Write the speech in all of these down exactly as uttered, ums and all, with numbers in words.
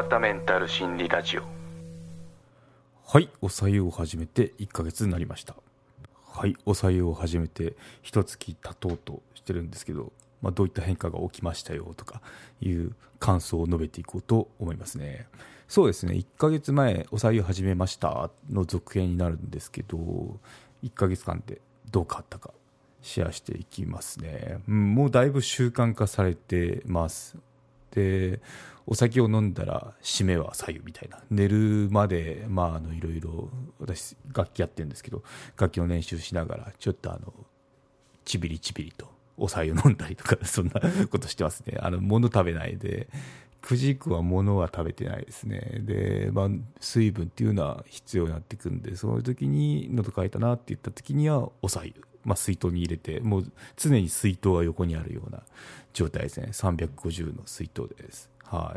川田メンタル心理ラジオ。 はい、おさゆを始めていっかげつになりました。はい、おさゆを始めて一月経とうとしてるんですけど、まあ、どういった変化が起きましたよとかいう感想を述べていこうと思いますね。そうですね、いっかげつまえおさゆ始めましたの続編になるんですけど、いっかげつかんでどう変わったかシェアしていきますね。うん、もうだいぶ習慣化されてます。で、お酒を飲んだら締めは白湯みたいな、寝るまでまああのいろいろ、私楽器やってるんですけど、楽器の練習しながらちょっとあのちびりちびりとお白湯飲んだりとか、そんなことしてますね。あの物食べないで、くじくは物は食べてないですね。で、まあ、水分っていうのは必要になってくるんで、そういう時に喉乾いたなって言った時にはお白湯、まあ、水筒に入れて、もう常に水筒が横にあるような状態ですね。さんびゃくごじゅうの水筒です。はい。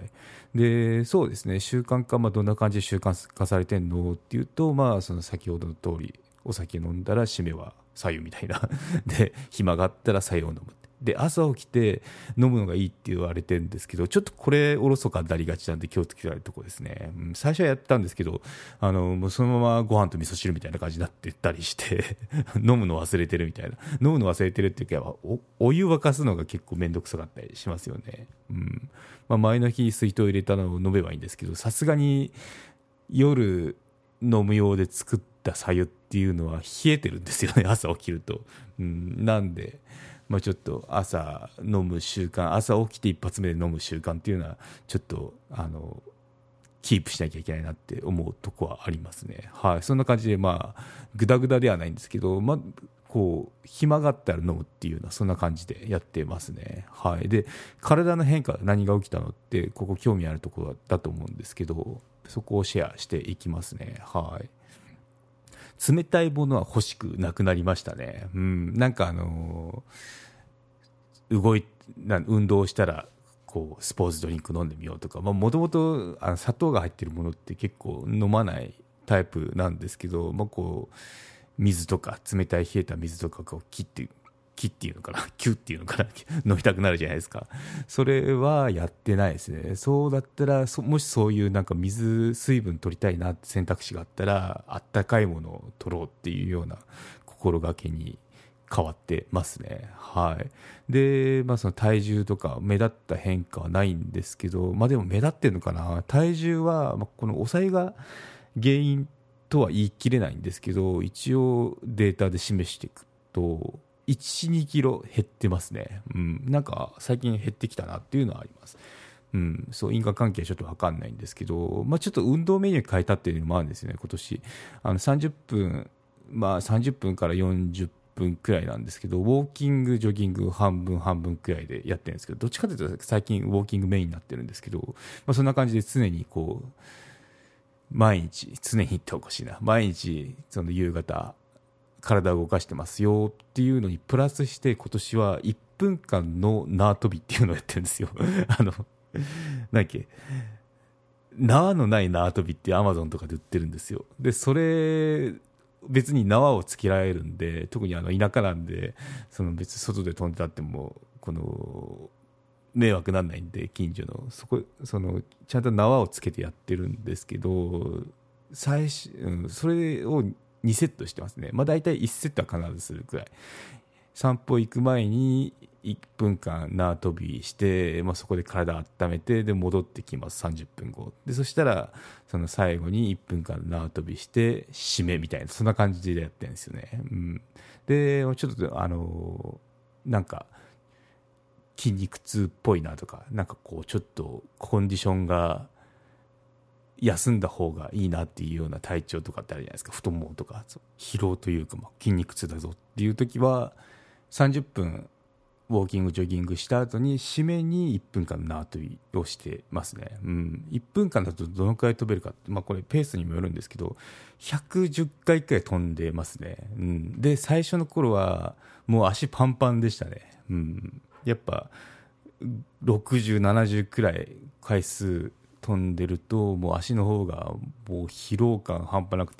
で、そうですね、習慣化、まあ、どんな感じで習慣化されてんのっていうと、まあ、その先ほどの通り、お酒飲んだら締めは白湯みたいな。で、暇があったら白湯を飲む。で、朝起きて飲むのがいいって言われてるんですけど、ちょっとこれおろそかになりがちなんで気をつけてあるところですね。うん、最初はやってたんですけど、あのもうそのままご飯と味噌汁みたいな感じになってたりして飲むの忘れてるみたいな、飲むの忘れてるっていうか、おお湯沸かすのが結構めんどくさかったりしますよね。うん、まあ、前の日水筒入れたのを飲めばいいんですけど、さすがに夜飲む用で作った白湯っていうのは冷えてるんですよね、朝起きると。うん、なんでまあ、ちょっと朝飲む習慣、朝起きて一発目で飲む習慣っていうのはちょっとあのキープしなきゃいけないなって思うとこはありますね。はい、そんな感じで、まあグダグダではないんですけど、まあこう暇があったら飲むっていうのはそんな感じでやってますね。はい。で、体の変化、何が起きたのってここ興味あるところだと思うんですけど、そこをシェアしていきますね。はい。冷たいものは欲しくなくなりましたね。うん、なんかあのー、動いな運動したらこうスポーツドリンク飲んでみようとか、もともと砂糖が入ってるものって結構飲まないタイプなんですけど、まあ、こう水とか冷たい冷えた水とかこう切ってキっていうのかな、キュっていうのかな、飲みたくなるじゃないですか。それはやってないですね。そうだったら、そもしそういうなんか水、水分取りたいなって選択肢があったら、あったかいものを取ろうっていうような心がけに変わってますね。はい。で、まあその体重とか目立った変化はないんですけど、まあでも目立ってるのかな。体重は、まあ、このお酒が原因とは言い切れないんですけど、一応データで示していくと、いち、にキロ減ってますね。うん、なんか最近減ってきたなっていうのはあります。うん、そう因果関係はちょっと分かんないんですけど、まあ、ちょっと運動メニュー変えたっていうのもあるんですよね、今年。あのさんじゅっぷん、まあ、さんじゅっぷんからよんじゅっぷんくらいなんですけど、ウォーキング、ジョギング半分半分くらいでやってるんですけど、どっちかというと最近ウォーキングメインになってるんですけど、まあ、そんな感じで常にこう、毎日、常に言っておかしいな、毎日、その夕方、体を動かしてますよっていうのにプラスして、今年はいっぷんかんの縄跳びっていうのをやってるんですよ。あのなんだっけ、縄のない縄跳びってアマゾンとかで売ってるんですよ。でそれ別に縄をつけられるんで、特にあの田舎なんで、その別に外で飛んでたってもこの迷惑なんないんで、近所のそこ、そのちゃんと縄をつけてやってるんですけど、最初、うん、それをにセットしてますね。まあ、大体いちセットは必ずするくらい。散歩行く前にいっぷんかん縄跳びして、まあ、そこで体温めて、で戻ってきます、さんじゅっぷんごで。そしたらその最後にいっぷんかん縄跳びして締めみたいな、そんな感じでやってるんですよね。うん、でちょっとあのなんか筋肉痛っぽいなとか、なんかこうちょっとコンディションが休んだ方がいいなっていうような体調とかってあるじゃないですか。太ももとか疲労というか、まあ筋肉痛だぞっていう時はさんじゅっぷんウォーキングジョギングした後に締めにいっぷんかん縄跳びをしてますね。うん、いっぷんかんだとどのくらい飛べるかって、まあ、これペースにもよるんですけど、ひゃくじゅっかいくらい飛んでますね。うん、で最初の頃はもう足パンパンでしたね。うん、やっぱろくじゅう、ななじゅうくらい回数飛んでると、もう足の方がもう疲労感半端なくて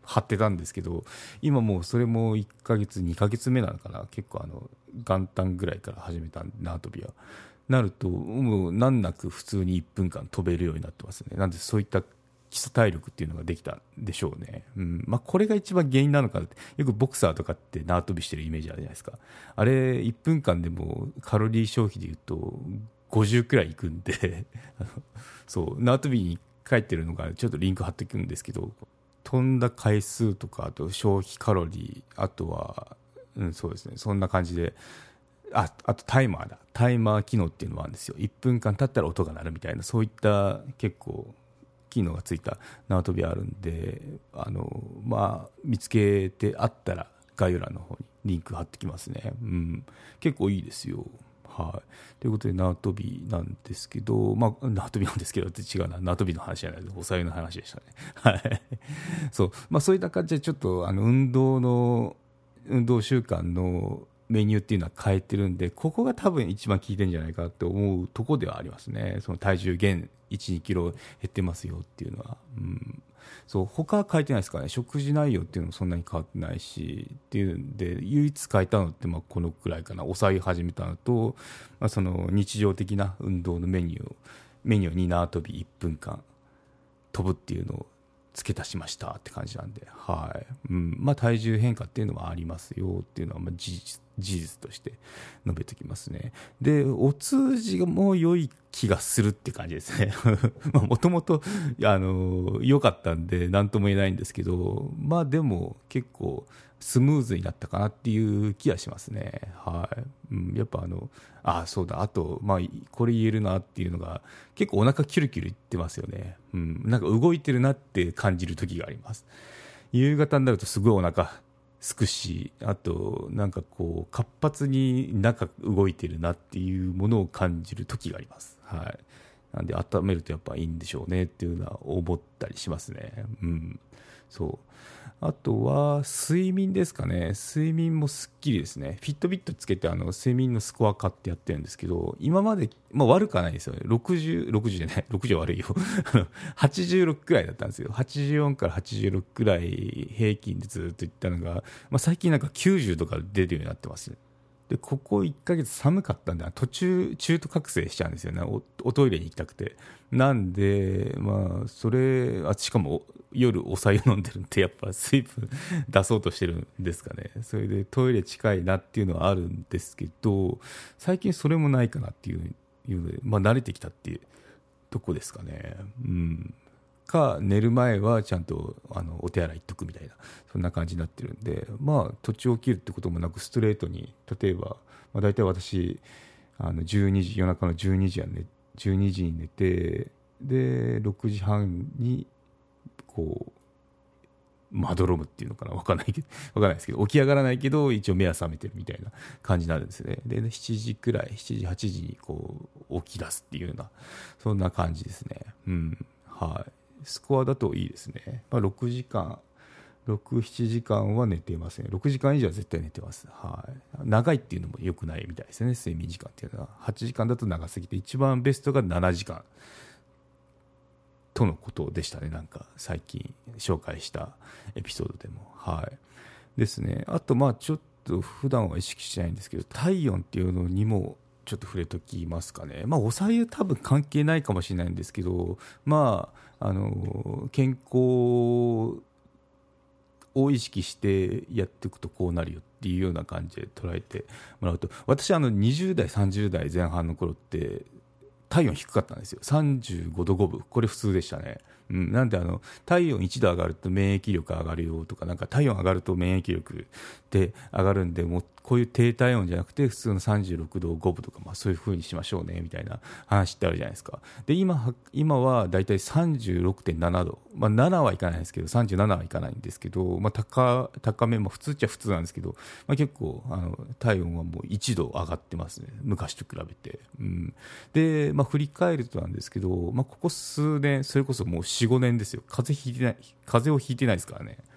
張ってたんですけど、今もうそれもいっかげつにかげつめなのかな、結構あの元旦ぐらいから始めた縄跳びはなると、もう難なく普通にいっぷんかん飛べるようになってますね。なんでそういった基礎体力っていうのができたんでしょうね。うんまあ、これが一番原因なのかなって。よくボクサーとかって縄跳びしてるイメージあるじゃないですか。あれいっぷんかんでもカロリー消費でいうとごじゅうくらいいくんでそう縄跳びに書いてるのがちょっとリンク貼っていくんですけど、飛んだ回数とか、あと消費カロリー、あとは、うん、そうですね、そんな感じで、あ, あとタイマーだタイマー機能っていうのもあるんですよ。いっぷんかん経ったら音が鳴るみたいな、そういった結構機能がついた縄跳びあるんで、あの、まあ、見つけてあったら概要欄の方にリンク貼ってきますね。うん、結構いいですよ。はい、ということで縄跳びなんですけど、まあ、縄跳びなんですけどって違うな、縄跳びの話じゃないです、おさゆの話でしたね。はいそう、まあ、そういった感じでちょっとあの運動の運動習慣のメニューっていうのは変えてるんで、ここが多分一番効いてるんじゃないかって思うところではありますね。その体重減いち、にキロ減ってますよっていうのは、うん、そう他は変えてないですかね。食事内容っていうのもそんなに変わってないしっていうんで、唯一変えたのってまあこのくらいかな。抑え始めたのと、まあ、その日常的な運動のメニューをメニューに縄跳びいっぷんかん飛ぶっていうのを付け足しましたって感じなんで、はいうんまあ、体重変化っていうのはありますよっていうのはまあ事実、事実として述べておきますね。で、お通じがもう良い気がするって感じですね。もともと良かったんで何とも言えないんですけど、まあでも結構スムーズになったかなっていう気がしますね。はいうん、やっぱあのあそうだあと、まあ、これ言えるなっていうのが、結構お腹キュルキュルいってますよね。うん、なんか動いてるなって感じる時があります。夕方になるとすごいお腹すくし、あとなんかこう活発に中動いてるなっていうものを感じる時があります。はい、なんで温めるとやっぱいいんでしょうねっていうのは思ったりしますね。うんそうあとは睡眠ですかね。睡眠もすっきりですね。フィットビットつけてあの睡眠のスコア買ってやってるんですけど、今まで、まあ、悪くはないですよね。ろくじゅう、ろくじゅうじゃない、ろくじゅうは悪いよ。はちじゅうろくくらいだったんですよ。はちじゅうよんからはちじゅうろくくらい平均でずっといったのが、まあ、最近なんかきゅうじゅうとか出るようになってますね。でここいっかげつ寒かったんで、途中中途覚醒しちゃうんですよね。 お, おトイレに行きたくて。なんでまあそれあしかも夜お白湯飲んでるんで、やっぱ水分出そうとしてるんですかね。それでトイレ近いなっていうのはあるんですけど、最近それもないかなっていういうので、まあ、慣れてきたっていうとこですかね。うんか寝る前はちゃんとあのお手洗い行っとくみたいな、そんな感じになってるんで、まあ途中起きるってこともなくストレートに、例えば、まあ、大体私あのじゅうにじ夜中のじゅうにじや、ね、じゅうにじに寝て、でろくじはんにこうまどろむっていうのかな、分かんないけど分かんないですけど、起き上がらないけど一応目は覚めてるみたいな感じになるんですね。でしちじくらいしちじはちじにこう起き出すっていうような、そんな感じですね。うんはいスコアだといいですね。まあ、ろくじかん、ろく、ななじかんは寝ていますね。ろくじかん以上は絶対寝てます。はい。長いっていうのも良くないみたいですね、睡眠時間っていうのは。はちじかんだと長すぎて、一番ベストがななじかんとのことでしたね。なんか最近紹介したエピソードでも。はい。ですね。あと、まあちょっと普段は意識してないんですけど、体温っていうのにも、ちょっと触れときますかね。まあ、お白湯多分関係ないかもしれないんですけど、まあ、あの健康を意識してやっていくとこうなるよっていうような感じで捉えてもらうと、私あのにじゅう代さんじゅう代前半の頃って体温低かったんですよ。さんじゅうごどごぶ、これ普通でしたね。うん、なんであの体温いちど上がると免疫力上がるよとか、なんか体温上がると免疫力って上がるんで、もうこういう低体温じゃなくて普通のさんじゅうろくどごぶとか、まあ、そういう風にしましょうねみたいな話ってあるじゃないですか。で 今, 今はだいたいさんじゅうろくてんななど、まあ、ななはいかないんですけどさんじゅうななはいかないんですけど、まあ、高, 高めも普通っちゃ普通なんですけど、まあ、結構あの体温はもういちど上がってますね、昔と比べて。うん、で、まあ、振り返るとなんですけど、まあ、ここ数年それこそもう よん,ご 年ですよ。風邪ひいてない風邪をひいてないですからね。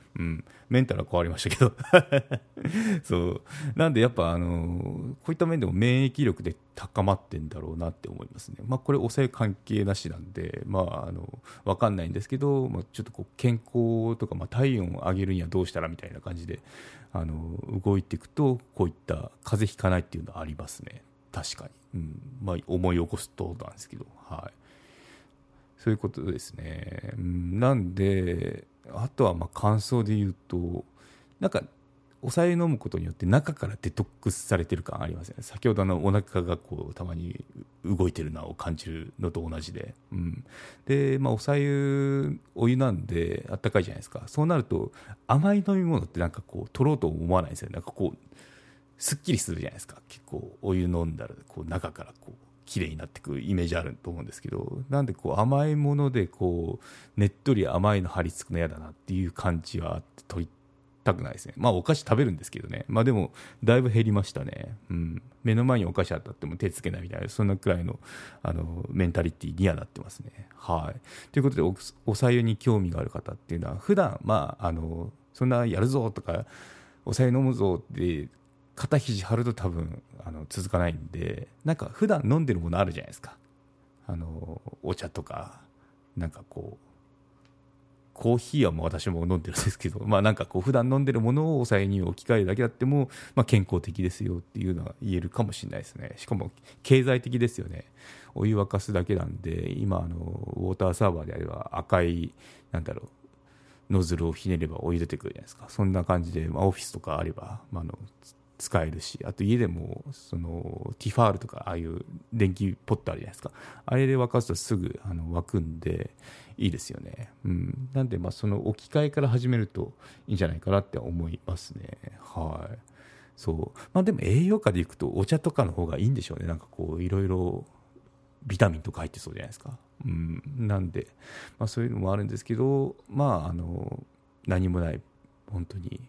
うん、メンタルは壊れましたけどそうなんでやっぱあのこういった面でも免疫力で高まってんだろうなって思いますね。まあこれ抑え関係なしなんでまああの分かんないんですけど、まあ、ちょっとこう健康とか、まあ、体温を上げるにはどうしたらみたいな感じであの動いていくとこういった風邪ひかないっていうのはありますね。確かに、うんまあ、思い起こすとなんですけど、はい、そういうことですね。うん、なんであとはまあ感想で言うとなんか抑え飲むことによって中からデトックスされてる感ありますよね。先ほどのお腹がこうたまに動いてるなを感じるのと同じで、うん、でまあおさゆお湯なんであったかいじゃないですか。そうなると甘い飲み物ってなんかこう取ろうと思わないですよね。なんかこうすっきりするじゃないですか。結構お湯飲んだらこう中からこう綺麗になっていくイメージあると思うんですけど、なんでこう甘いものでこうねっとり甘いの張り付くの嫌だなっていう感じはあって取りたくないですね。まあお菓子食べるんですけどね。まあでもだいぶ減りましたね。うん、目の前にお菓子あったっても手つけないみたいなそんなくらいのあのメンタリティにはなってますね。はい。ということで お, おさゆに興味がある方っていうのは普段まああのそんなやるぞとかおさゆ飲むぞって肩肘張ると多分あの続かないんで、なんか普段飲んでるものあるじゃないですか。あのお茶とかなんかこうコーヒーはもう私も飲んでるんですけど、まあなんかこう普段飲んでるものをおさゆに置き換えるだけだっても、まあ、健康的ですよっていうのは言えるかもしれないですね。しかも経済的ですよね。お湯沸かすだけなんで今あのウォーターサーバーであれば赤いなんだろうノズルをひねればお湯出てくるじゃないですか。そんな感じで、まあ、オフィスとかあれば、まあ、あの使えるし、あと家でもそのティファールとかああいう電気ポットあるじゃないですか。あれで沸かすとすぐあの沸くんでいいですよね。うん、なんでまあその置き換えから始めるといいんじゃないかなって思いますね。はい。そうまあでも栄養価でいくとお茶とかの方がいいんでしょうね。なんかこういろいろビタミンとか入ってそうじゃないですか。うん、なんで、まあ、そういうのもあるんですけど、まああの何もない本当に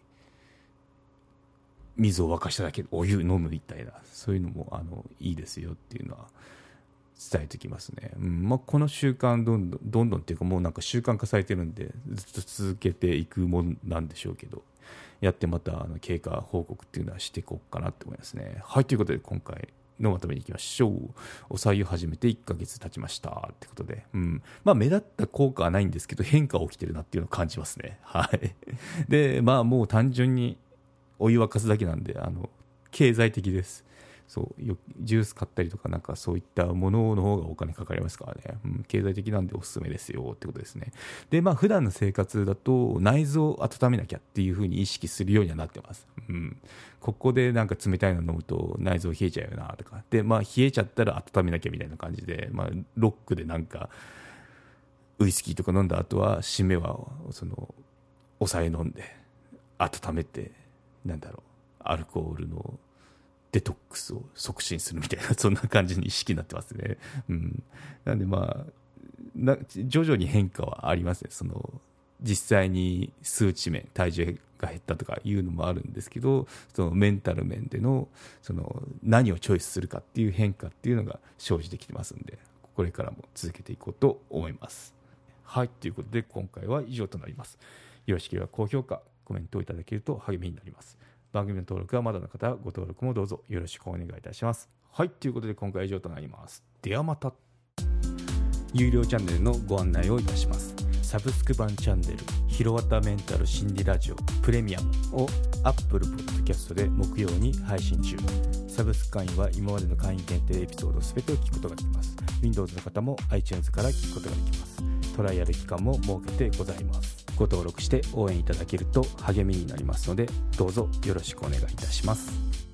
水を沸かしただけでお湯飲むみたいなそういうのもあのいいですよっていうのは伝えてきますね。うんまあ、この習慣どんどんどんどんっていうかもうなんか習慣化されてるんでずっと続けていくもんなんでしょうけど、やってまたあの経過報告っていうのはしていこうかなって思いますね。はい、ということで今回のまとめにいきましょう。おさゆ始めていっかげつ経ちましたってことで、うんまあ、目立った効果はないんですけど変化起きてるなっていうのを感じますね。はいでまあもう単純にお湯沸かすだけなんであの経済的です。そうよジュース買ったりとかなんかそういったものの方がお金かかりますからね、うん、経済的なんでおすすめですよってことですね。でまあ普段の生活だと内臓を温めなきゃっていう風に意識するようにはなってます、うん、ここでなんか冷たいの飲むと内臓冷えちゃうよなとかで、まあ、冷えちゃったら温めなきゃみたいな感じで、まあ、ロックでなんかウイスキーとか飲んだ後は締めはそのおさえ飲んで温めてなんだろうアルコールのデトックスを促進するみたいなそんな感じに意識になってますね、うん、なんでまあな徐々に変化はありますね。その実際に数値面体重が減ったとかいうのもあるんですけどそのメンタル面でのその何をチョイスするかっていう変化っていうのが生じてきてますんでこれからも続けていこうと思います。はい、ということで今回は以上となります。よろしければ高評価コメントをいただけると励みになります。番組の登録はまだの方はご登録もどうぞよろしくお願いいたします。はい、ということで今回は以上となります。ではまた。有料チャンネルのご案内をいたします。サブスク版チャンネルひろわたメンタル心理ラジオプレミアムを Apple Podcast で木曜に配信中。サブスク会員は今までの会員限定エピソードすべてを聞くことができます。 Windows の方も iTunes から聞くことができます。トライアル期間も設けてございます。ご登録して応援いただけると励みになりますのでどうぞよろしくお願いいたします。